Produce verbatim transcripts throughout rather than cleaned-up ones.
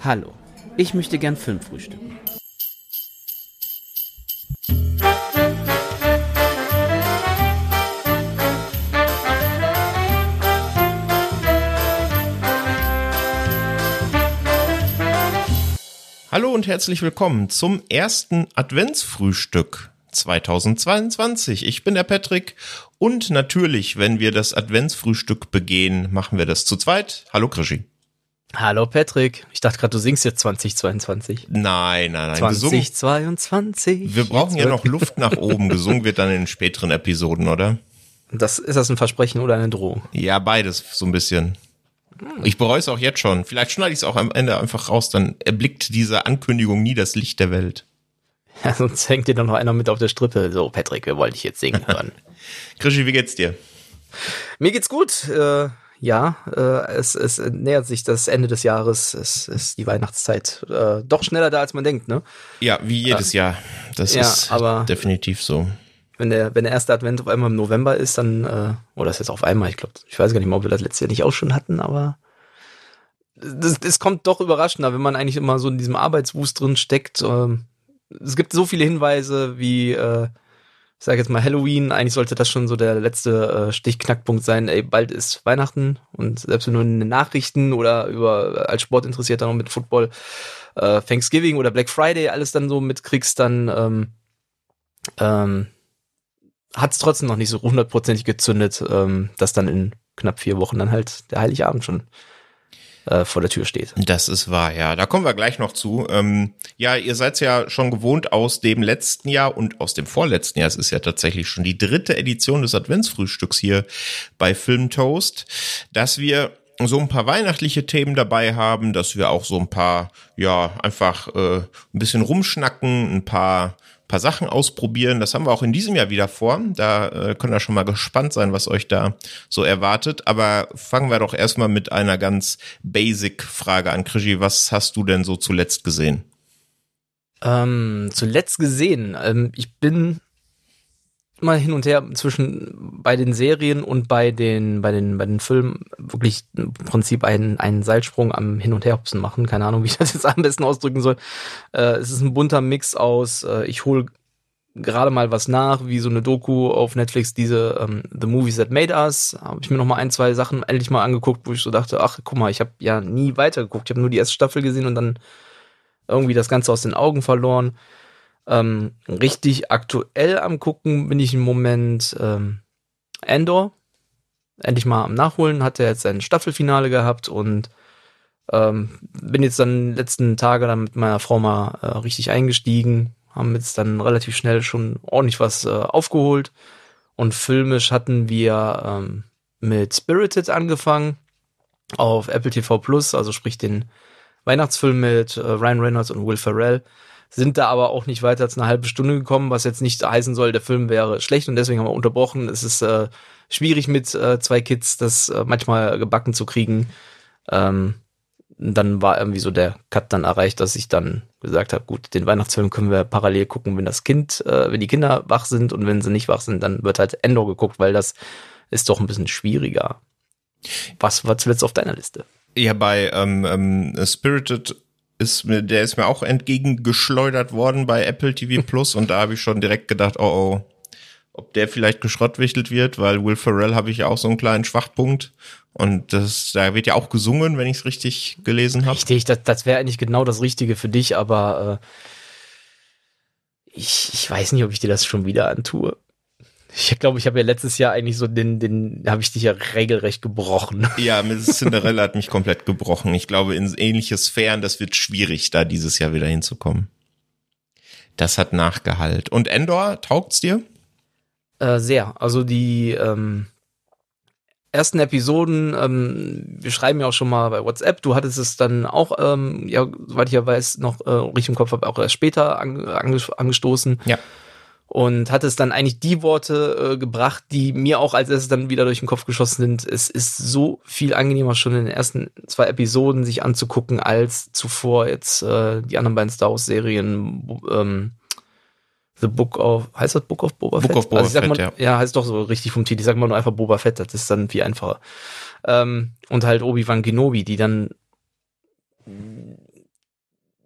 Hallo, ich möchte gern Film frühstücken. Hallo und herzlich willkommen zum ersten Adventsfrühstück zweitausendzweiundzwanzig. Ich bin der Patrick und natürlich, wenn wir das Adventsfrühstück begehen, machen wir das zu zweit. Hallo Krischi. Hallo Patrick. Ich dachte gerade, du singst jetzt zweitausendzweiundzwanzig. Nein, nein, nein. zweitausendzweiundzwanzig. Wir brauchen ja noch Luft nach oben. Gesungen wird dann in späteren Episoden, oder? Das, ist das ein Versprechen oder eine Drohung? Ja, beides so ein bisschen. Ich bereue es auch jetzt schon. Vielleicht schneide ich es auch am Ende einfach raus, dann erblickt diese Ankündigung nie das Licht der Welt. Ja, sonst hängt dir dann noch einer mit auf der Strippe. So, Patrick, wir wollen dich jetzt singen hören. Krischi, wie geht's dir? Mir geht's gut. Äh, ja, äh, es, es nähert sich das Ende des Jahres. Es ist die Weihnachtszeit. Äh, doch schneller da, als man denkt, ne? Ja, wie jedes äh, Jahr. Das ja, ist aber definitiv so. Wenn der, wenn der erste Advent auf einmal im November ist, dann, äh, oder ist jetzt auf einmal, ich glaube, ich weiß gar nicht mal, ob wir das letztes Jahr nicht auch schon hatten, aber das, das kommt doch überraschender, wenn man eigentlich immer so in diesem Arbeitswust drin steckt. Ähm, es gibt so viele Hinweise wie, äh, ich sage jetzt mal Halloween, eigentlich sollte das schon so der letzte äh, Stichknackpunkt sein, ey, bald ist Weihnachten und selbst wenn du in den Nachrichten oder über als Sportinteressierter noch mit Football äh, Thanksgiving oder Black Friday alles dann so mitkriegst, dann ähm, ähm, hat es trotzdem noch nicht so hundertprozentig gezündet, ähm, dass dann in knapp vier Wochen dann halt der Heiligabend schon äh, vor der Tür steht. Das ist wahr, ja. Da kommen wir gleich noch zu. Ähm, ja, ihr seid ja schon gewohnt aus dem letzten Jahr und aus dem vorletzten Jahr. Es ist ja tatsächlich schon die dritte Edition des Adventsfrühstücks hier bei Filmtoast, dass wir so ein paar weihnachtliche Themen dabei haben, dass wir auch so ein paar, ja, einfach äh, ein bisschen rumschnacken, ein paar paar Sachen ausprobieren. Das haben wir auch in diesem Jahr wieder vor. Da äh, könnt ihr schon mal gespannt sein, was euch da so erwartet. Aber fangen wir doch erstmal mit einer ganz Basic-Frage an. Krischi, was hast du denn so zuletzt gesehen? Ähm, zuletzt gesehen? Ähm, ich bin mal hin und her zwischen bei den Serien und bei den bei den bei den Filmen wirklich im Prinzip einen einen Seilsprung am Hin- und Herhopsen machen. Keine Ahnung, wie ich das jetzt am besten ausdrücken soll. Äh, es ist ein bunter Mix aus, äh, ich hole gerade mal was nach, wie so eine Doku auf Netflix, diese ähm, The Movies That Made Us. Habe ich mir noch mal ein, zwei Sachen endlich mal angeguckt, wo ich so dachte, ach, guck mal, ich habe ja nie weitergeguckt. Ich habe nur die erste Staffel gesehen und dann irgendwie das Ganze aus den Augen verloren. Ähm, richtig aktuell am Gucken bin ich im Moment ähm, Andor. Endlich mal am Nachholen, hat er jetzt sein Staffelfinale gehabt und ähm, bin jetzt dann die letzten Tage dann mit meiner Frau mal äh, richtig eingestiegen, haben jetzt dann relativ schnell schon ordentlich was äh, aufgeholt und filmisch hatten wir ähm, mit Spirited angefangen auf Apple T V Plus, also sprich den Weihnachtsfilm mit äh, Ryan Reynolds und Will Ferrell. Sind da aber auch nicht weiter als eine halbe Stunde gekommen, was jetzt nicht heißen soll, der Film wäre schlecht und deswegen haben wir unterbrochen. Es ist äh, schwierig mit äh, zwei Kids, das äh, manchmal gebacken zu kriegen. Ähm, dann war irgendwie so der Cut dann erreicht, dass ich dann gesagt habe, gut, den Weihnachtsfilm können wir parallel gucken, wenn das Kind, äh, wenn die Kinder wach sind und wenn sie nicht wach sind, dann wird halt Endor geguckt, weil das ist doch ein bisschen schwieriger. Was war zuletzt auf deiner Liste? Ja, bei ähm, ähm, Spirited ist mir, der ist mir auch entgegengeschleudert worden bei Apple T V Plus und da habe ich schon direkt gedacht, oh oh, ob der vielleicht geschrottwichtelt wird, weil Will Ferrell habe ich ja auch so einen kleinen Schwachpunkt und das, da wird ja auch gesungen, wenn ich es richtig gelesen habe. Richtig, das, das wäre eigentlich genau das Richtige für dich, aber äh, ich, ich weiß nicht, ob ich dir das schon wieder antue. Ich glaube, ich habe ja letztes Jahr eigentlich so den, den, habe ich dich ja regelrecht gebrochen. Ja, Misses Cinderella hat mich komplett gebrochen. Ich glaube, in ähnliche Sphären, das wird schwierig, da dieses Jahr wieder hinzukommen. Das hat Nachgehalt. Und Endor, taugt's dir? Äh, sehr. Also die ähm, ersten Episoden, ähm, wir schreiben ja auch schon mal bei WhatsApp, du hattest es dann auch, ähm, ja, soweit ich ja weiß, noch äh, richtig im Kopf habe, auch erst später an, angestoßen. Ja. Und hat es dann eigentlich die Worte äh, gebracht, die mir auch als erstes dann wieder durch den Kopf geschossen sind. Es ist so viel angenehmer, schon in den ersten zwei Episoden sich anzugucken, als zuvor jetzt äh, die anderen beiden Star Wars Serien. Ähm, The Book of, heißt das Book of Boba Fett? Book of Boba also ich sag Fett, mal, ja. Ja, heißt doch so richtig vom Titel. Ich sag mal nur einfach Boba Fett, das ist dann viel einfacher. Ähm, und halt Obi-Wan Kenobi, die dann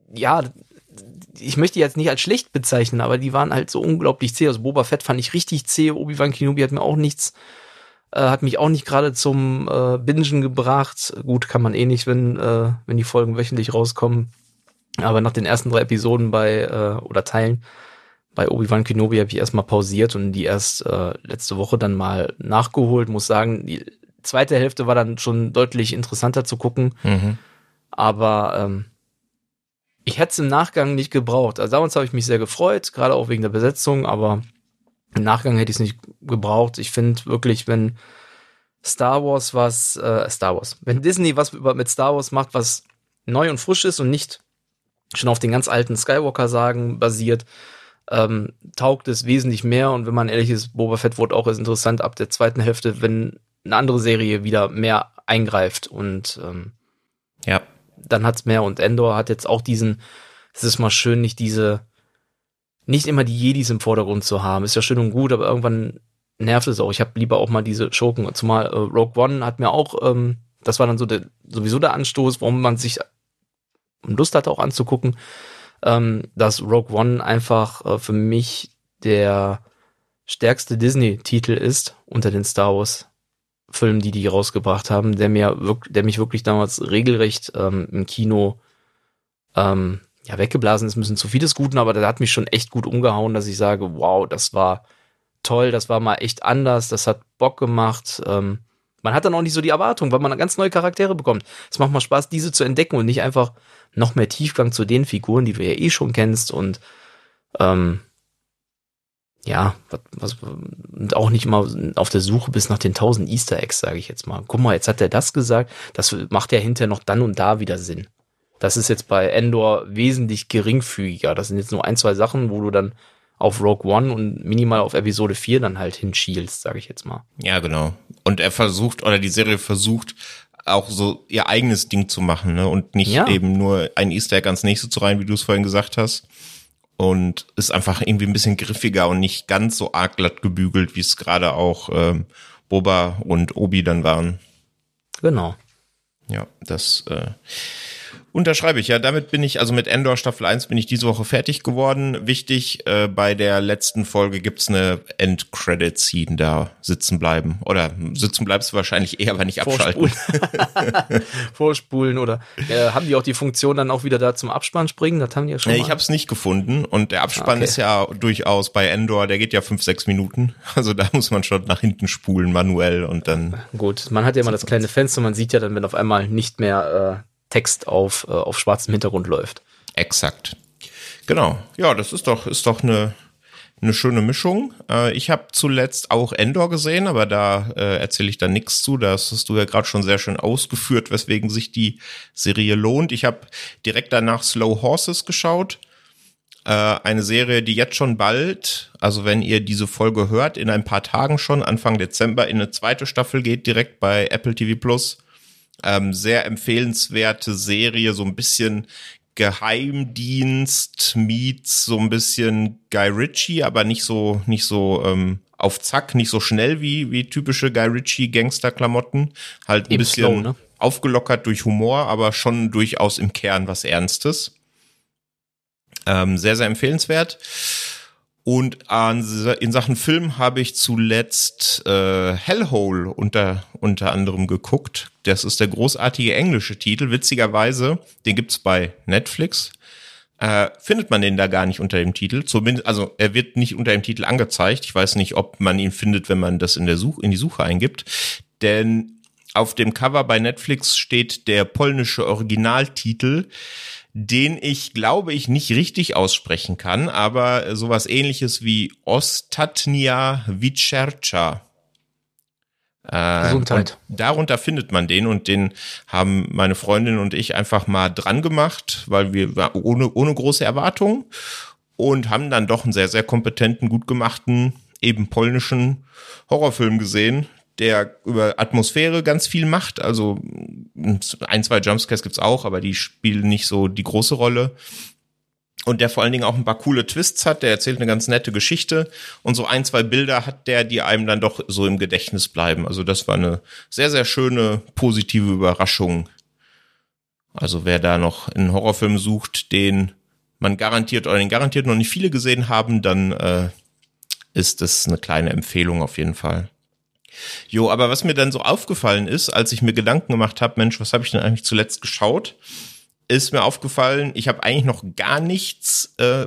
ja, ich möchte die jetzt nicht als schlecht bezeichnen, aber die waren halt so unglaublich zäh. Also Boba Fett fand ich richtig zäh, Obi-Wan Kenobi hat mir auch nichts, äh, hat mich auch nicht gerade zum äh, Bingen gebracht. Gut, kann man eh nicht, wenn, äh, wenn die Folgen wöchentlich rauskommen. Aber nach den ersten drei Episoden bei, äh, oder Teilen, bei Obi-Wan Kenobi habe ich erstmal pausiert und die erst äh, letzte Woche dann mal nachgeholt. Muss sagen, die zweite Hälfte war dann schon deutlich interessanter zu gucken. Mhm. Aber ähm, ich hätte es im Nachgang nicht gebraucht. Also damals habe ich mich sehr gefreut, gerade auch wegen der Besetzung, aber im Nachgang hätte ich es nicht gebraucht. Ich finde wirklich, wenn Star Wars was, äh, Star Wars, wenn Disney was über, mit Star Wars macht, was neu und frisch ist und nicht schon auf den ganz alten Skywalker-Sagen basiert, ähm, taugt es wesentlich mehr. Und wenn man ehrlich ist, Boba Fett wurde auch erst interessant ab der zweiten Hälfte, wenn eine andere Serie wieder mehr eingreift und ähm, ja, dann hat's mehr. Und Endor hat jetzt auch diesen, es ist mal schön, nicht diese, nicht immer die Jedis im Vordergrund zu haben. Ist ja schön und gut, aber irgendwann nervt es auch. Ich habe lieber auch mal diese Schurken. Zumal äh, Rogue One hat mir auch, ähm, das war dann so der, sowieso der Anstoß, warum man sich Lust hatte auch anzugucken, ähm, dass Rogue One einfach äh, für mich der stärkste Disney-Titel ist unter den Star Wars-Filmen, die die rausgebracht haben, der mir wirklich, der mich wirklich damals regelrecht ähm, im Kino ähm, ja weggeblasen ist, müssen zu vieles Guten, aber der hat mich schon echt gut umgehauen, dass ich sage, wow, das war toll, das war mal echt anders, das hat Bock gemacht. Ähm, man hat dann auch nicht so die Erwartung, weil man ganz neue Charaktere bekommt. Es macht mal Spaß, diese zu entdecken und nicht einfach noch mehr Tiefgang zu den Figuren, die du ja eh schon kennst und ähm, ja, was, was, und auch nicht immer auf der Suche bis nach den tausend Easter Eggs, sage ich jetzt mal. Guck mal, jetzt hat er das gesagt, das macht ja hinterher noch dann und da wieder Sinn. Das ist jetzt bei Endor wesentlich geringfügiger. Das sind jetzt nur ein, zwei Sachen, wo du dann auf Rogue One und minimal auf Episode vier dann halt hinschielst, sage ich jetzt mal. Ja, genau. Und er versucht, oder die Serie versucht, auch so ihr eigenes Ding zu machen, ne? Und nicht Ja. eben nur ein Easter Egg ans nächste zu rein, wie du es vorhin gesagt hast. Und ist einfach irgendwie ein bisschen griffiger und nicht ganz so arg glatt gebügelt, wie es gerade auch ähm, Boba und Obi dann waren. Genau. Ja, das äh, unterschreibe ich. Ja, damit bin ich, also mit Endor Staffel eins bin ich diese Woche fertig geworden. Wichtig, äh, bei der letzten Folge gibt's eine End-Credit-Scene, da sitzen bleiben. Oder sitzen bleibst du wahrscheinlich eher, aber nicht abschalten. Vorspulen, Vorspulen oder äh, haben die auch die Funktion dann auch wieder da zum Abspann springen? Das haben die ja schon Nee, mal. ich habe es nicht gefunden und der Abspann Okay. ist ja durchaus bei Endor, der geht ja fünf, sechs Minuten. Also da muss man schon nach hinten spulen, manuell und dann. Gut, man hat ja immer das kleine Fenster, man sieht ja dann, wenn auf einmal nicht mehr äh, Text auf, äh, auf schwarzem Hintergrund läuft. Exakt. Genau. Ja, das ist doch, ist doch eine, eine schöne Mischung. Äh, ich habe zuletzt auch Endor gesehen, aber da äh, erzähle ich dann nichts zu. Das hast du ja gerade schon sehr schön ausgeführt, weswegen sich die Serie lohnt. Ich habe direkt danach Slow Horses geschaut. Äh, eine Serie, die jetzt schon bald, also wenn ihr diese Folge hört, in ein paar Tagen schon, Anfang Dezember, in eine zweite Staffel geht, direkt bei Apple T V Plus. Ähm, sehr empfehlenswerte Serie, so ein bisschen Geheimdienst meets so ein bisschen Guy Ritchie, aber nicht so nicht so ähm, auf Zack, nicht so schnell wie wie typische Guy Ritchie Gangsterklamotten, halt ein Eben bisschen slow, ne? aufgelockert durch Humor, aber schon durchaus im Kern was Ernstes. Ähm, sehr sehr empfehlenswert. Und an, in Sachen Film habe ich zuletzt äh, Hellhole unter unter anderem geguckt. Das ist der großartige englische Titel. Witzigerweise, den gibt's bei Netflix. Äh, findet man den da gar nicht unter dem Titel. Zumindest, also er wird nicht unter dem Titel angezeigt. Ich weiß nicht, ob man ihn findet, wenn man das in der Suche in die Suche eingibt. Denn auf dem Cover bei Netflix steht der polnische Originaltitel, den ich, glaube ich, nicht richtig aussprechen kann, aber sowas ähnliches wie Ostatnia Wieczercza. Äh, Gesundheit. Und darunter findet man den und den haben meine Freundin und ich einfach mal dran gemacht, weil wir ohne, ohne große Erwartungen und haben dann doch einen sehr, sehr kompetenten, gut gemachten, eben polnischen Horrorfilm gesehen, der über Atmosphäre ganz viel macht. Also ein, zwei Jumpscares gibt's auch, aber die spielen nicht so die große Rolle. Und der vor allen Dingen auch ein paar coole Twists hat. Der erzählt eine ganz nette Geschichte. Und so ein, zwei Bilder hat der, die einem dann doch so im Gedächtnis bleiben. Also das war eine sehr, sehr schöne, positive Überraschung. Also wer da noch einen Horrorfilm sucht, den man garantiert oder den garantiert noch nicht viele gesehen haben, dann äh, ist das eine kleine Empfehlung auf jeden Fall. Jo, aber was mir dann so aufgefallen ist, als ich mir Gedanken gemacht habe, Mensch, was habe ich denn eigentlich zuletzt geschaut, ist mir aufgefallen, ich habe eigentlich noch gar nichts äh,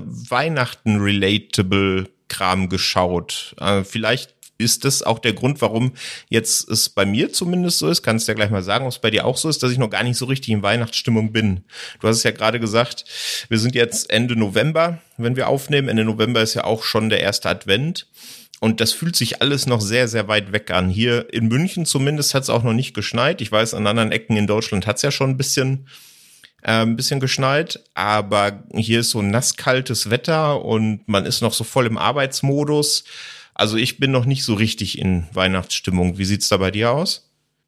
Weihnachten-relatable-Kram geschaut. Äh, vielleicht ist das auch der Grund, warum jetzt es bei mir zumindest so ist. Kannst du ja gleich mal sagen, ob es bei dir auch so ist, dass ich noch gar nicht so richtig in Weihnachtsstimmung bin. Du hast es ja gerade gesagt, wir sind jetzt Ende November, wenn wir aufnehmen. Ende November ist ja auch schon der erste Advent. Und das fühlt sich alles noch sehr, sehr weit weg an. Hier in München zumindest hat es auch noch nicht geschneit. Ich weiß, an anderen Ecken in Deutschland hat es ja schon ein bisschen, äh, ein bisschen geschneit. Aber hier ist so nasskaltes Wetter und man ist noch so voll im Arbeitsmodus. Also ich bin noch nicht so richtig in Weihnachtsstimmung. Wie sieht's da bei dir aus?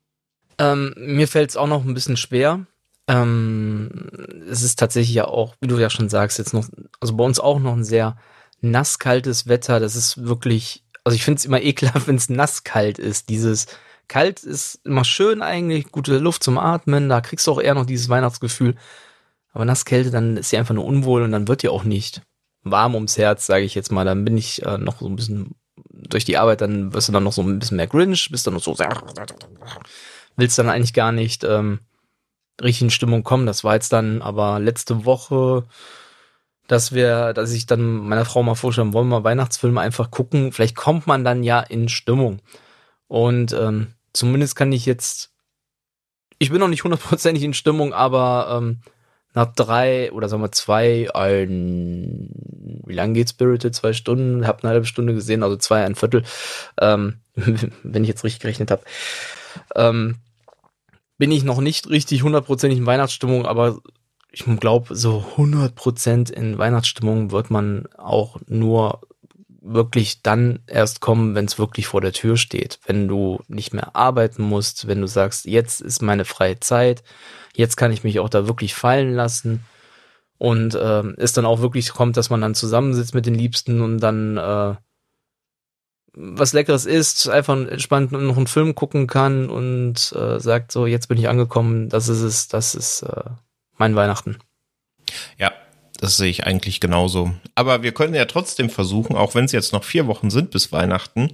Ähm, mir fällt es auch noch ein bisschen schwer. Ähm, es ist tatsächlich ja auch, wie du ja schon sagst, jetzt noch, also bei uns auch noch ein sehr nasskaltes Wetter. Das ist wirklich, also ich finde es immer ekelhaft, wenn es nasskalt ist. Dieses kalt ist immer schön eigentlich, gute Luft zum Atmen, da kriegst du auch eher noch dieses Weihnachtsgefühl. Aber Nasskälte, dann ist sie einfach nur unwohl und dann wird die auch nicht warm ums Herz, sage ich jetzt mal. Dann bin ich äh, noch so ein bisschen durch die Arbeit, dann wirst du dann noch so ein bisschen mehr Grinch, bist dann noch so, willst dann eigentlich gar nicht ähm, richtig in Stimmung kommen. Das war jetzt dann aber letzte Woche, dass wir, dass ich dann meiner Frau mal vorstellen, wollen wir mal Weihnachtsfilme einfach gucken. Vielleicht kommt man dann ja in Stimmung. Und ähm, zumindest kann ich jetzt, ich bin noch nicht hundertprozentig in Stimmung, aber ähm, nach drei oder sagen wir zwei, ein, wie lang geht Spirited? Zwei Stunden, hab eine halbe Stunde gesehen, also zwei, ein Viertel, ähm, wenn ich jetzt richtig gerechnet habe, ähm, bin ich noch nicht richtig hundertprozentig in Weihnachtsstimmung, aber ich glaube, so hundert Prozent in Weihnachtsstimmung wird man auch nur wirklich dann erst kommen, wenn es wirklich vor der Tür steht. Wenn du nicht mehr arbeiten musst, wenn du sagst, jetzt ist meine freie Zeit, jetzt kann ich mich auch da wirklich fallen lassen und äh, es dann auch wirklich kommt, dass man dann zusammensitzt mit den Liebsten und dann äh, was Leckeres isst, einfach entspannt noch einen Film gucken kann und äh, sagt so, jetzt bin ich angekommen, das ist es, das ist äh, mein Weihnachten. Ja, das sehe ich eigentlich genauso. Aber wir können ja trotzdem versuchen, auch wenn es jetzt noch vier Wochen sind bis Weihnachten,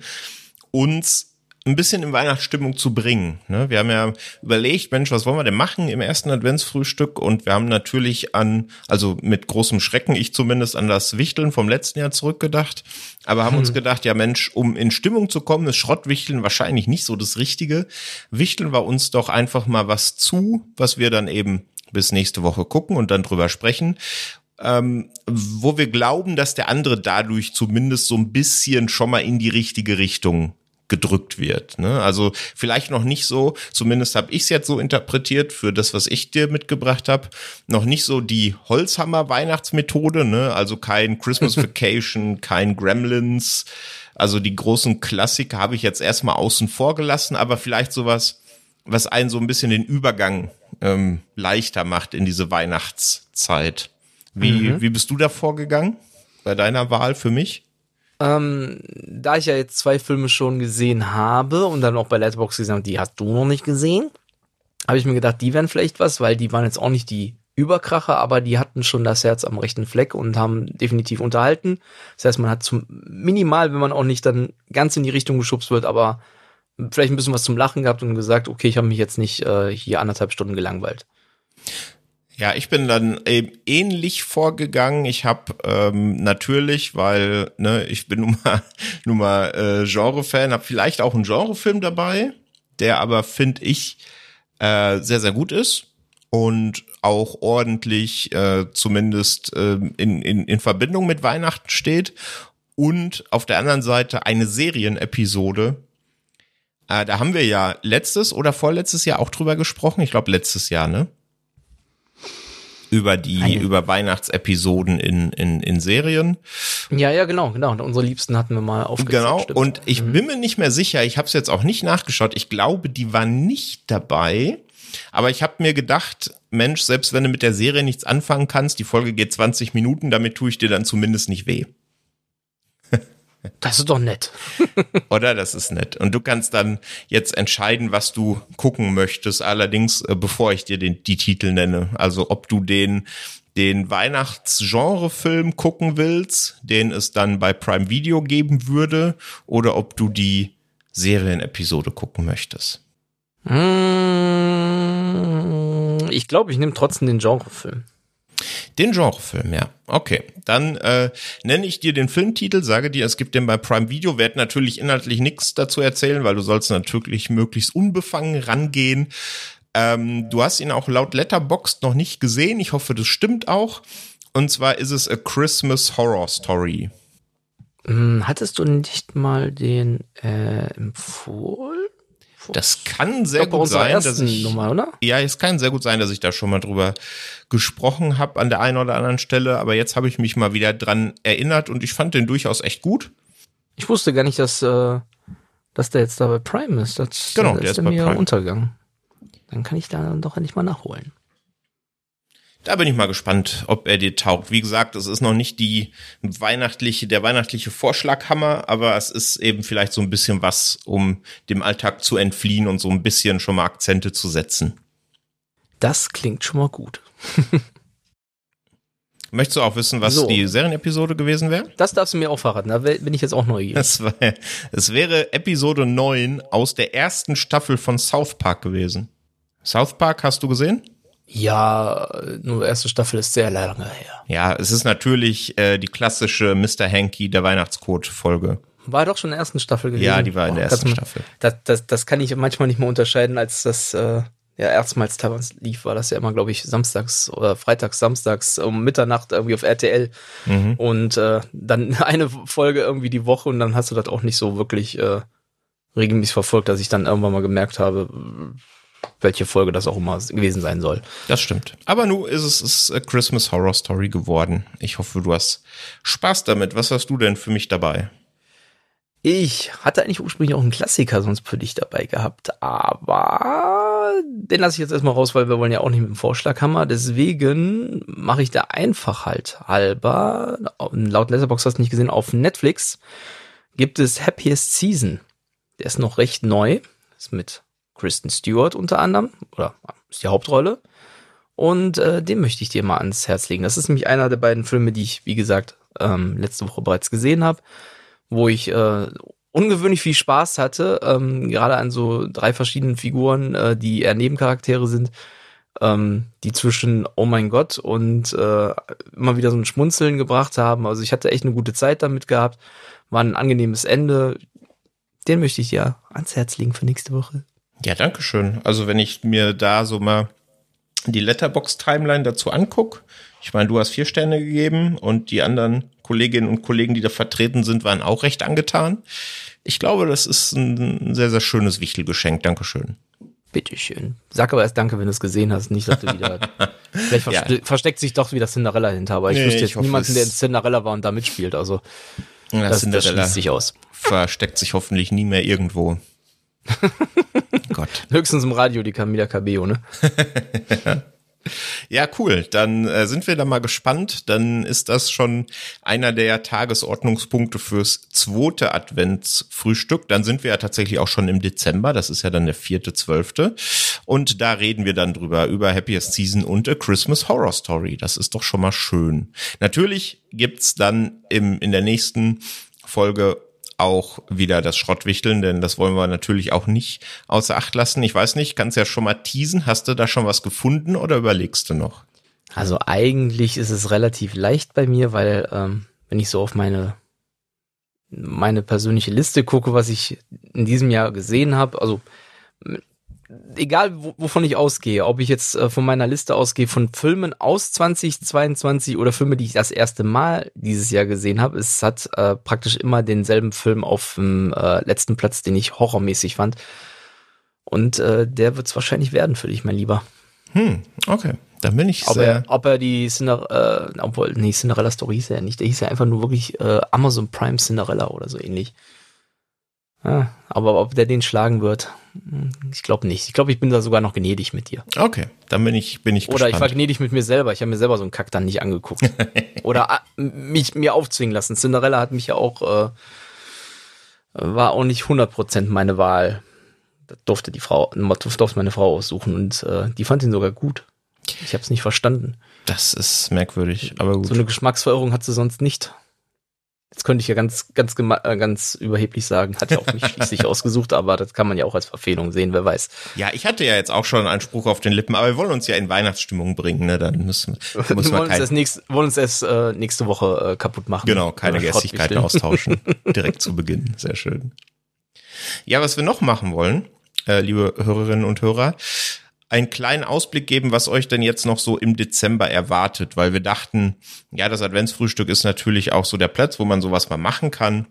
uns ein bisschen in Weihnachtsstimmung zu bringen. Wir haben ja überlegt, Mensch, was wollen wir denn machen im ersten Adventsfrühstück? Und wir haben natürlich an, also mit großem Schrecken, ich zumindest, an das Wichteln vom letzten Jahr zurückgedacht. Aber haben hm. uns gedacht, ja Mensch, um in Stimmung zu kommen, ist Schrottwichteln wahrscheinlich nicht so das Richtige. Wichteln wir uns doch einfach mal was zu, was wir dann eben bis nächste Woche gucken und dann drüber sprechen. Ähm, wo wir glauben, dass der andere dadurch zumindest so ein bisschen schon mal in die richtige Richtung gedrückt wird. Ne? Also vielleicht noch nicht so, zumindest habe ich es jetzt so interpretiert für das, was ich dir mitgebracht habe, noch nicht so die Holzhammer-Weihnachtsmethode, ne? Also kein Christmas Vacation, kein Gremlins, also die großen Klassiker habe ich jetzt erstmal außen vor gelassen, aber vielleicht sowas, was einen so ein bisschen den Übergang ähm, leichter macht in diese Weihnachtszeit. Wie, mhm. wie bist du da vorgegangen bei deiner Wahl für mich? Ähm, da ich ja jetzt zwei Filme schon gesehen habe und dann auch bei Letterboxd gesehen habe, die hast du noch nicht gesehen, habe ich mir gedacht, die wären vielleicht was, weil die waren jetzt auch nicht die Überkracher, aber die hatten schon das Herz am rechten Fleck und haben definitiv unterhalten. Das heißt, man hat zum minimal, wenn man auch nicht dann ganz in die Richtung geschubst wird, aber vielleicht ein bisschen was zum Lachen gehabt und gesagt, okay, ich habe mich jetzt nicht äh, hier anderthalb Stunden gelangweilt. Ja, ich bin dann eben ähnlich vorgegangen. Ich habe ähm, natürlich, weil ne, ich bin nun mal, nun mal äh, Genre-Fan, habe vielleicht auch einen Genrefilm dabei, der aber, finde ich, äh, sehr, sehr gut ist und auch ordentlich äh, zumindest äh, in, in, in Verbindung mit Weihnachten steht. Und auf der anderen Seite eine Serienepisode. Äh, da haben wir ja letztes oder vorletztes Jahr auch drüber gesprochen. Ich glaube, letztes Jahr, ne? Über die, Eine. über Weihnachtsepisoden in, in, in Serien. Ja, ja, genau, genau. Und unsere Liebsten hatten wir mal aufgezählt. Genau, stimmt. Und ich mhm. bin mir nicht mehr sicher, ich habe es jetzt auch nicht nachgeschaut, ich glaube, die war nicht dabei, aber ich habe mir gedacht, Mensch, selbst wenn du mit der Serie nichts anfangen kannst, die Folge geht zwanzig Minuten, damit tue ich dir dann zumindest nicht weh. Das ist doch nett. Oder? Das ist nett. Und du kannst dann jetzt entscheiden, was du gucken möchtest. Allerdings, äh, bevor ich dir den, die Titel nenne. Also ob du den, den Weihnachtsgenre-Film gucken willst, den es dann bei Prime Video geben würde, oder ob du die Serienepisode gucken möchtest. Ich glaube, ich nehme trotzdem den Genrefilm. Den Genrefilm, ja. Okay, dann äh, nenne ich dir den Filmtitel, sage dir, es gibt den bei Prime Video, werde natürlich inhaltlich nichts dazu erzählen, weil du sollst natürlich möglichst unbefangen rangehen. Ähm, du hast ihn auch laut Letterboxd noch nicht gesehen, ich hoffe, das stimmt auch. Und zwar ist es A Christmas Horror Story. Hm, hattest du nicht mal den äh, empfohlen? Das kann sehr ich glaub, gut sein, dass ich Nummer, oder? Ja, es kann sehr gut sein, dass ich da schon mal drüber gesprochen habe an der einen oder anderen Stelle, aber jetzt habe ich mich mal wieder dran erinnert und ich fand den durchaus echt gut. Ich wusste gar nicht, dass äh, dass der jetzt da bei Prime ist. Das, genau, da der ist ist der bei mir Prime. untergegangen. Dann kann ich da dann doch endlich mal nachholen. Da bin ich mal gespannt, ob er dir taugt. Wie gesagt, es ist noch nicht die weihnachtliche, der weihnachtliche Vorschlaghammer, aber es ist eben vielleicht so ein bisschen was, um dem Alltag zu entfliehen und so ein bisschen schon mal Akzente zu setzen. Das klingt schon mal gut. Möchtest du auch wissen, was So. die Serienepisode gewesen wäre? Das darfst du mir auch verraten, da bin ich jetzt auch neugierig. Es, war, es wäre Episode neun aus der ersten Staffel von South Park gewesen. South Park hast du gesehen? Ja, nur erste Staffel ist sehr lange her. Ja, es ist natürlich äh, die klassische Mister Hanky der Weihnachtscode-Folge. War doch schon in der ersten Staffel gewesen. Ja, die war in der Boah, ersten das, Staffel. Das, das, das kann ich manchmal nicht mehr unterscheiden, als das äh, ja erstmals teilweise lief, war das ja immer, glaube ich, samstags oder freitags, samstags um Mitternacht irgendwie auf R T L. Mhm. Und äh, dann eine Folge irgendwie die Woche und dann hast du das auch nicht so wirklich äh, regelmäßig verfolgt, dass ich dann irgendwann mal gemerkt habe, welche Folge das auch immer gewesen sein soll. Das stimmt. Aber nun ist es ist A Christmas Horror Story geworden. Ich hoffe, du hast Spaß damit. Was hast du denn für mich dabei? Ich hatte eigentlich ursprünglich auch einen Klassiker sonst für dich dabei gehabt, aber den lasse ich jetzt erstmal raus, weil wir wollen ja auch nicht mit dem Vorschlaghammer. Deswegen mache ich da einfach halt halber, laut Letterboxd hast du nicht gesehen, auf Netflix gibt es Happiest Season. Der ist noch recht neu, ist mit Kristen Stewart unter anderem, oder ist die Hauptrolle. Und äh, den möchte ich dir mal ans Herz legen. Das ist nämlich einer der beiden Filme, die ich, wie gesagt, ähm, letzte Woche bereits gesehen habe, wo ich äh, ungewöhnlich viel Spaß hatte, ähm, gerade an so drei verschiedenen Figuren, äh, die eher Nebencharaktere sind, ähm, die zwischen Oh mein Gott und äh, immer wieder so ein Schmunzeln gebracht haben. Also ich hatte echt eine gute Zeit damit gehabt, war ein angenehmes Ende. Den möchte ich dir ans Herz legen für nächste Woche. Ja, danke schön. Also wenn ich mir da so mal die Letterboxd-Timeline dazu angucke, ich meine, du hast vier Sterne gegeben und die anderen Kolleginnen und Kollegen, die da vertreten sind, waren auch recht angetan. Ich glaube, das ist ein sehr, sehr schönes Wichtelgeschenk. Dankeschön. Bitteschön. Sag aber erst Danke, wenn du es gesehen hast, nicht, dass du wieder, vielleicht verste- Ja. versteckt sich doch wieder Cinderella hinter, aber ich Nee, wüsste ich jetzt hoffe, niemanden, es- der in Cinderella war und da mitspielt, also Ja, das, das Cinderella schließt sich aus. versteckt sich hoffentlich nie mehr irgendwo. Gott. Höchstens im Radio, die Camila Cabello, ne? Ja, cool. Dann äh, sind wir da mal gespannt. Dann ist das schon einer der Tagesordnungspunkte fürs zweite Adventsfrühstück. Dann sind wir ja tatsächlich auch schon im Dezember. Das ist ja dann der vierte, zwölfte. Und da reden wir dann drüber, über Happiest Season und A Christmas Horror Story. Das ist doch schon mal schön. Natürlich gibt's dann im, in der nächsten Folge auch wieder das Schrottwichteln, denn das wollen wir natürlich auch nicht außer Acht lassen. Ich weiß nicht, kannst ja schon mal teasen. Hast du da schon was gefunden oder überlegst du noch? Also eigentlich ist es relativ leicht bei mir, weil ähm, wenn ich so auf meine meine persönliche Liste gucke, was ich in diesem Jahr gesehen habe, also egal wo, wovon ich ausgehe, ob ich jetzt äh, von meiner Liste ausgehe, von Filmen aus zwanzig zweiundzwanzig oder Filme, die ich das erste Mal dieses Jahr gesehen habe, es hat äh, praktisch immer denselben Film auf dem äh, letzten Platz, den ich horrormäßig fand. Und äh, der wird es wahrscheinlich werden für dich, mein Lieber. Hm, okay. Dann bin ich Ob sehr... er, ob er die Cinderella, äh, obwohl, nee, Cinderella Story hieß er ja nicht, der hieß ja einfach nur wirklich äh, Amazon Prime Cinderella oder so ähnlich. Ja, aber ob der den schlagen wird, ich glaube nicht. Ich glaube, ich bin da sogar noch gnädig mit dir. Okay, dann bin ich, bin ich Oder gespannt. ich war gnädig mit mir selber. Ich habe mir selber so einen Kack dann nicht angeguckt. Oder ah, mich mir aufzwingen lassen. Cinderella hat mich ja auch äh, war auch nicht hundert Prozent meine Wahl. Da durfte die Frau, durfte meine Frau aussuchen und äh, die fand ihn sogar gut. Ich habe es nicht verstanden. Das ist merkwürdig, aber gut. So eine Geschmacksverirrung hat sie sonst nicht. Jetzt könnte ich ja ganz, ganz, ganz überheblich sagen, hat ja auch mich schließlich ausgesucht, aber das kann man ja auch als Verfehlung sehen, wer weiß. Ja, ich hatte ja jetzt auch schon einen Spruch auf den Lippen, aber wir wollen uns ja in Weihnachtsstimmung bringen, ne? Dann müssen, müssen wir, wir wollen, kein, uns nächst, wollen uns erst äh, nächste Woche äh, kaputt machen. Genau, keine Gästigkeiten austauschen. Direkt zu Beginn. Sehr schön. Ja, was wir noch machen wollen, äh, liebe Hörerinnen und Hörer, einen kleinen Ausblick geben, was euch denn jetzt noch so im Dezember erwartet, weil wir dachten, ja, das Adventsfrühstück ist natürlich auch so der Platz, wo man sowas mal machen kann.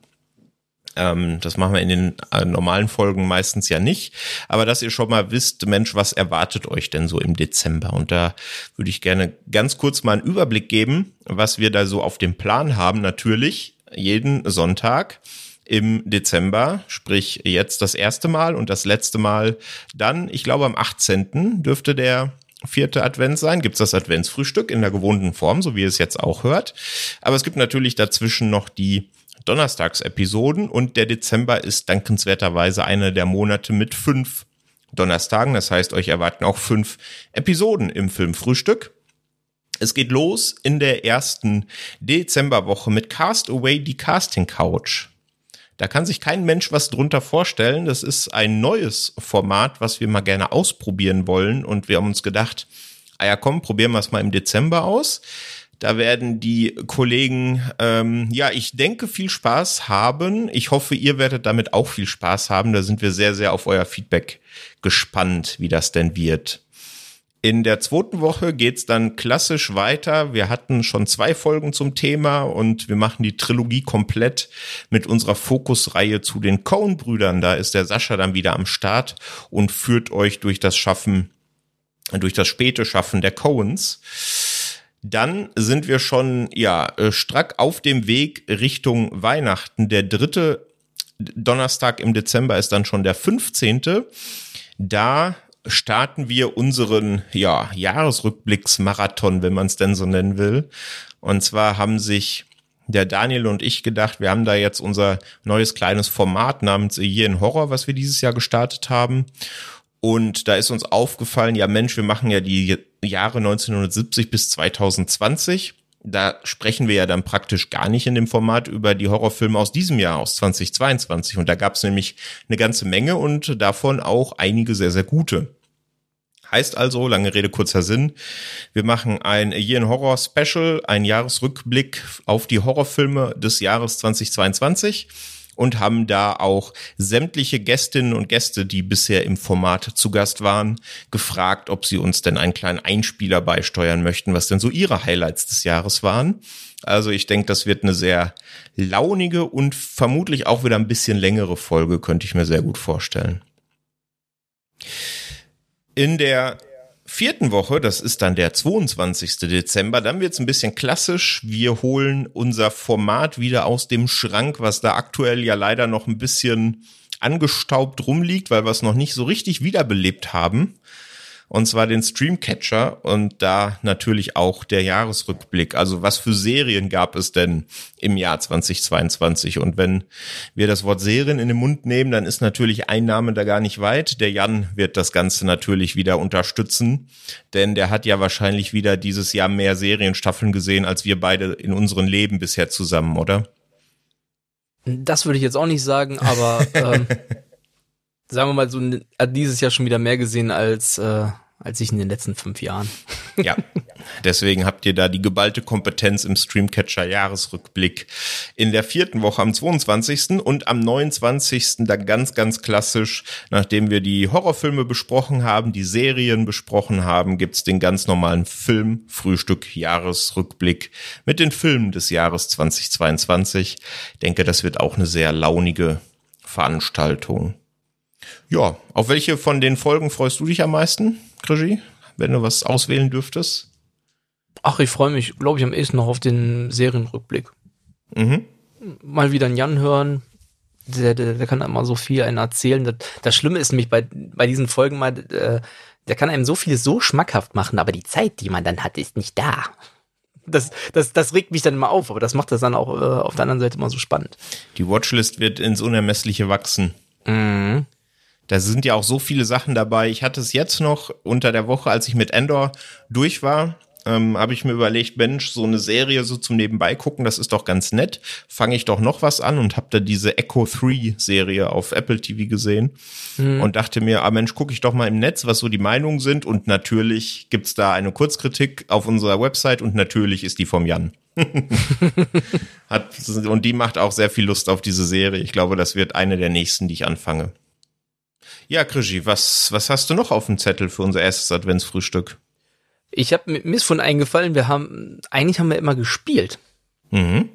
Ähm, das machen wir in den äh, normalen Folgen meistens ja nicht, aber dass ihr schon mal wisst, Mensch, was erwartet euch denn so im Dezember? Und da würde ich gerne ganz kurz mal einen Überblick geben, was wir da so auf dem Plan haben. Natürlich jeden Sonntag im Dezember, sprich jetzt das erste Mal und das letzte Mal dann, ich glaube am achtzehnten dürfte der vierte Advent sein, gibt's das Adventsfrühstück in der gewohnten Form, so wie ihr es jetzt auch hört. Aber es gibt natürlich dazwischen noch die Donnerstagsepisoden und der Dezember ist dankenswerterweise einer der Monate mit fünf Donnerstagen. Das heißt, euch erwarten auch fünf Episoden im Filmfrühstück. Es geht los in der ersten Dezemberwoche mit Cast Away, die Casting Couch. Da kann sich kein Mensch was drunter vorstellen. Das ist ein neues Format, was wir mal gerne ausprobieren wollen. Und wir haben uns gedacht, ah ja komm, probieren wir es mal im Dezember aus. Da werden die Kollegen, ähm, ja, ich denke, viel Spaß haben. Ich hoffe, ihr werdet damit auch viel Spaß haben. Da sind wir sehr, sehr auf euer Feedback gespannt, wie das denn wird. In der zweiten Woche geht's dann klassisch weiter. Wir hatten schon zwei Folgen zum Thema und wir machen die Trilogie komplett mit unserer Fokusreihe zu den Coen-Brüdern. Da ist der Sascha dann wieder am Start und führt euch durch das Schaffen, durch das späte Schaffen der Coens. Dann sind wir schon, ja, strack auf dem Weg Richtung Weihnachten. Der dritte Donnerstag im Dezember ist dann schon der fünfzehnte. Da starten wir unseren, ja, Jahresrückblicksmarathon, wenn man es denn so nennen will. Und zwar haben sich der Daniel und ich gedacht, wir haben da jetzt unser neues kleines Format namens A Year in Horror, was wir dieses Jahr gestartet haben. Und da ist uns aufgefallen, ja Mensch, wir machen ja die Jahre neunzehnhundertsiebzig bis zweitausendzwanzig. Da sprechen wir ja dann praktisch gar nicht in dem Format über die Horrorfilme aus diesem Jahr, aus zweitausendzweiundzwanzig. Und da gab es nämlich eine ganze Menge und davon auch einige sehr, sehr gute. Heißt also, lange Rede, kurzer Sinn, wir machen ein A Year in Horror Special, ein Jahresrückblick auf die Horrorfilme des Jahres zweitausendzweiundzwanzig und haben da auch sämtliche Gästinnen und Gäste, die bisher im Format zu Gast waren, gefragt, ob sie uns denn einen kleinen Einspieler beisteuern möchten, was denn so ihre Highlights des Jahres waren. Also ich denke, das wird eine sehr launige und vermutlich auch wieder ein bisschen längere Folge, könnte ich mir sehr gut vorstellen. In der vierten Woche, das ist dann der zweiundzwanzigsten Dezember, dann wird's ein bisschen klassisch. Wir holen unser Format wieder aus dem Schrank, was da aktuell ja leider noch ein bisschen angestaubt rumliegt, weil wir es noch nicht so richtig wiederbelebt haben. Und zwar den Streamcatcher und da natürlich auch der Jahresrückblick. Also was für Serien gab es denn im Jahr zweitausendzweiundzwanzig? Und wenn wir das Wort Serien in den Mund nehmen, dann ist natürlich ein Name da gar nicht weit. Der Jan wird das Ganze natürlich wieder unterstützen, denn der hat ja wahrscheinlich wieder dieses Jahr mehr Serienstaffeln gesehen, als wir beide in unserem Leben bisher zusammen, oder? Das würde ich jetzt auch nicht sagen, aber ähm sagen wir mal so, hat dieses Jahr schon wieder mehr gesehen als äh, als ich in den letzten fünf Jahren. Ja, deswegen habt ihr da die geballte Kompetenz im Streamcatcher-Jahresrückblick in der vierten Woche am zweiundzwanzigsten und am neunundzwanzigsten dann ganz, ganz klassisch, nachdem wir die Horrorfilme besprochen haben, die Serien besprochen haben, gibt's den ganz normalen Film-Frühstück-Jahresrückblick mit den Filmen des Jahres zweitausendzweiundzwanzig. Ich denke, das wird auch eine sehr launige Veranstaltung. Ja, auf welche von den Folgen freust du dich am meisten, Krischi, wenn du was auswählen dürftest? Ach, ich freue mich, glaube ich, am ehesten noch auf den Serienrückblick. Mhm. Mal wieder einen Jan hören, der, der, der kann immer so viel einen erzählen. Das, das Schlimme ist nämlich bei, bei diesen Folgen mal, äh, der kann einem so viel so schmackhaft machen, aber die Zeit, die man dann hat, ist nicht da. das, das, das regt mich dann immer auf, aber das macht das dann auch äh, auf der anderen Seite immer so spannend. Die Watchlist wird ins Unermessliche wachsen. Mhm. Da sind ja auch so viele Sachen dabei. Ich hatte es jetzt noch unter der Woche, als ich mit Andor durch war, ähm, habe ich mir überlegt, Mensch, so eine Serie so zum Nebenbei gucken, das ist doch ganz nett. Fange ich doch noch was an und habe da diese Echo drei Serie auf Apple T V gesehen mhm. und dachte mir, ah Mensch, gucke ich doch mal im Netz, was so die Meinungen sind. Und natürlich gibt's da eine Kurzkritik auf unserer Website und natürlich ist die vom Jan. Hat, und die macht auch sehr viel Lust auf diese Serie. Ich glaube, das wird eine der nächsten, die ich anfange. Ja, Krischi, was, was hast du noch auf dem Zettel für unser erstes Adventsfrühstück? Ich habe mir ist von eingefallen, wir haben, eigentlich haben wir immer gespielt. Mhm.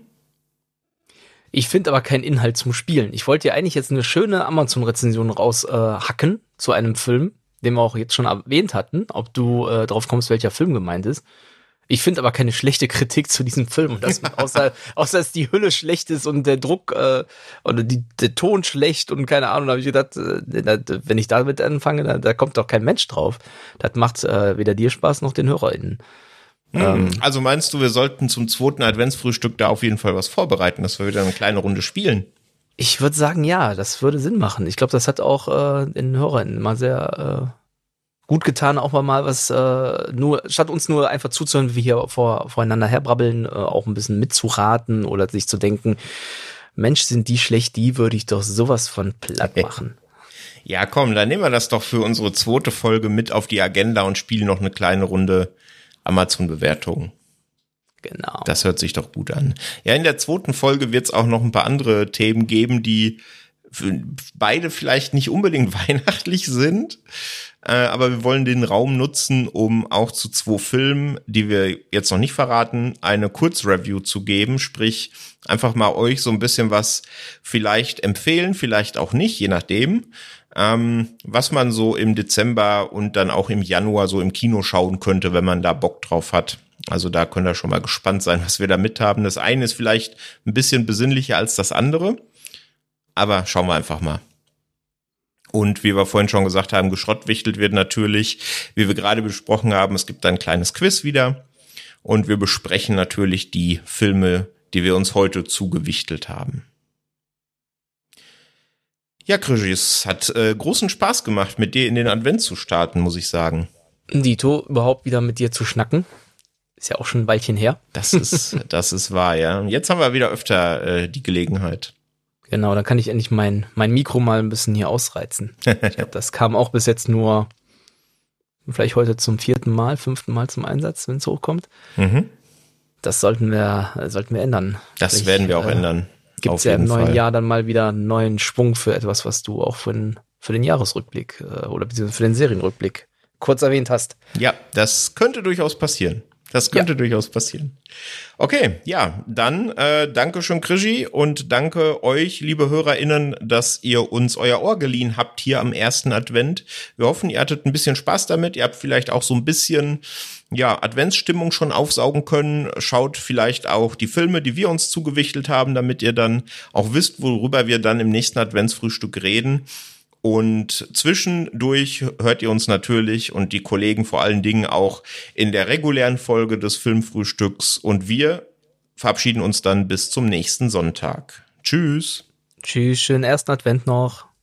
Ich finde aber keinen Inhalt zum Spielen. Ich wollte ja eigentlich jetzt eine schöne Amazon-Rezension raushacken äh, zu einem Film, den wir auch jetzt schon erwähnt hatten, ob du äh, drauf kommst, welcher Film gemeint ist. Ich finde aber keine schlechte Kritik zu diesem Film. Und das, außer, außer dass die Hülle schlecht ist und der Druck äh, oder die, der Ton schlecht und keine Ahnung, da habe ich gedacht, äh, wenn ich damit anfange, da, da kommt doch kein Mensch drauf. Das macht äh, weder dir Spaß noch den HörerInnen. Mhm. Ähm, also meinst du, wir sollten zum zweiten Adventsfrühstück da auf jeden Fall was vorbereiten, dass wir wieder eine kleine Runde spielen? Ich würde sagen, ja, das würde Sinn machen. Ich glaube, das hat auch äh, den HörerInnen mal sehr äh, gut getan, auch mal was, äh, nur, statt uns nur einfach zuzuhören, wie wir hier vor, voreinander herbrabbeln, äh, auch ein bisschen mitzuraten oder sich zu denken, Mensch, sind die schlecht, die würde ich doch sowas von platt machen. Ja, komm, dann nehmen wir das doch für unsere zweite Folge mit auf die Agenda und spielen noch eine kleine Runde Amazon-Bewertungen. Genau. Das hört sich doch gut an. Ja, in der zweiten Folge wird es auch noch ein paar andere Themen geben, die für beide vielleicht nicht unbedingt weihnachtlich sind. Aber wir wollen den Raum nutzen, um auch zu zwei Filmen, die wir jetzt noch nicht verraten, eine Kurzreview zu geben. Sprich, einfach mal euch so ein bisschen was vielleicht empfehlen, vielleicht auch nicht, je nachdem, ähm, was man so im Dezember und dann auch im Januar so im Kino schauen könnte, wenn man da Bock drauf hat. Also da könnt ihr schon mal gespannt sein, was wir da mit haben. Das eine ist vielleicht ein bisschen besinnlicher als das andere, aber schauen wir einfach mal. Und wie wir vorhin schon gesagt haben, geschrottwichtelt wird natürlich, wie wir gerade besprochen haben, es gibt ein kleines Quiz wieder. Und wir besprechen natürlich die Filme, die wir uns heute zugewichtelt haben. Ja, Krischi, es hat äh, großen Spaß gemacht, mit dir in den Advent zu starten, muss ich sagen. Dito, überhaupt wieder mit dir zu schnacken. Ist ja auch schon ein Weilchen her. Das ist, das ist wahr, ja. Und jetzt haben wir wieder öfter äh, die Gelegenheit. Genau, dann kann ich endlich mein, mein Mikro mal ein bisschen hier ausreizen. Ich glaube, das kam auch bis jetzt nur vielleicht heute zum vierten Mal, fünften Mal zum Einsatz, wenn es hochkommt. Mhm. Das sollten wir, sollten wir ändern. Das vielleicht, werden wir auch äh, ändern. Gibt es ja im neuen Fall. Jahr dann mal wieder einen neuen Schwung für etwas, was du auch für den, für den Jahresrückblick äh, oder beziehungsweise für den Serienrückblick kurz erwähnt hast. Ja, das könnte durchaus passieren. Das könnte ja. durchaus passieren. Okay, ja, dann äh, danke schön, Krischi, und danke euch, liebe HörerInnen, dass ihr uns euer Ohr geliehen habt hier am ersten Advent. Wir hoffen, ihr hattet ein bisschen Spaß damit. Ihr habt vielleicht auch so ein bisschen ja Adventsstimmung schon aufsaugen können. Schaut vielleicht auch die Filme, die wir uns zugewichtelt haben, damit ihr dann auch wisst, worüber wir dann im nächsten Adventsfrühstück reden. Und zwischendurch hört ihr uns natürlich und die Kollegen vor allen Dingen auch in der regulären Folge des Filmfrühstücks. Und wir verabschieden uns dann bis zum nächsten Sonntag. Tschüss. Tschüss, schönen ersten Advent noch.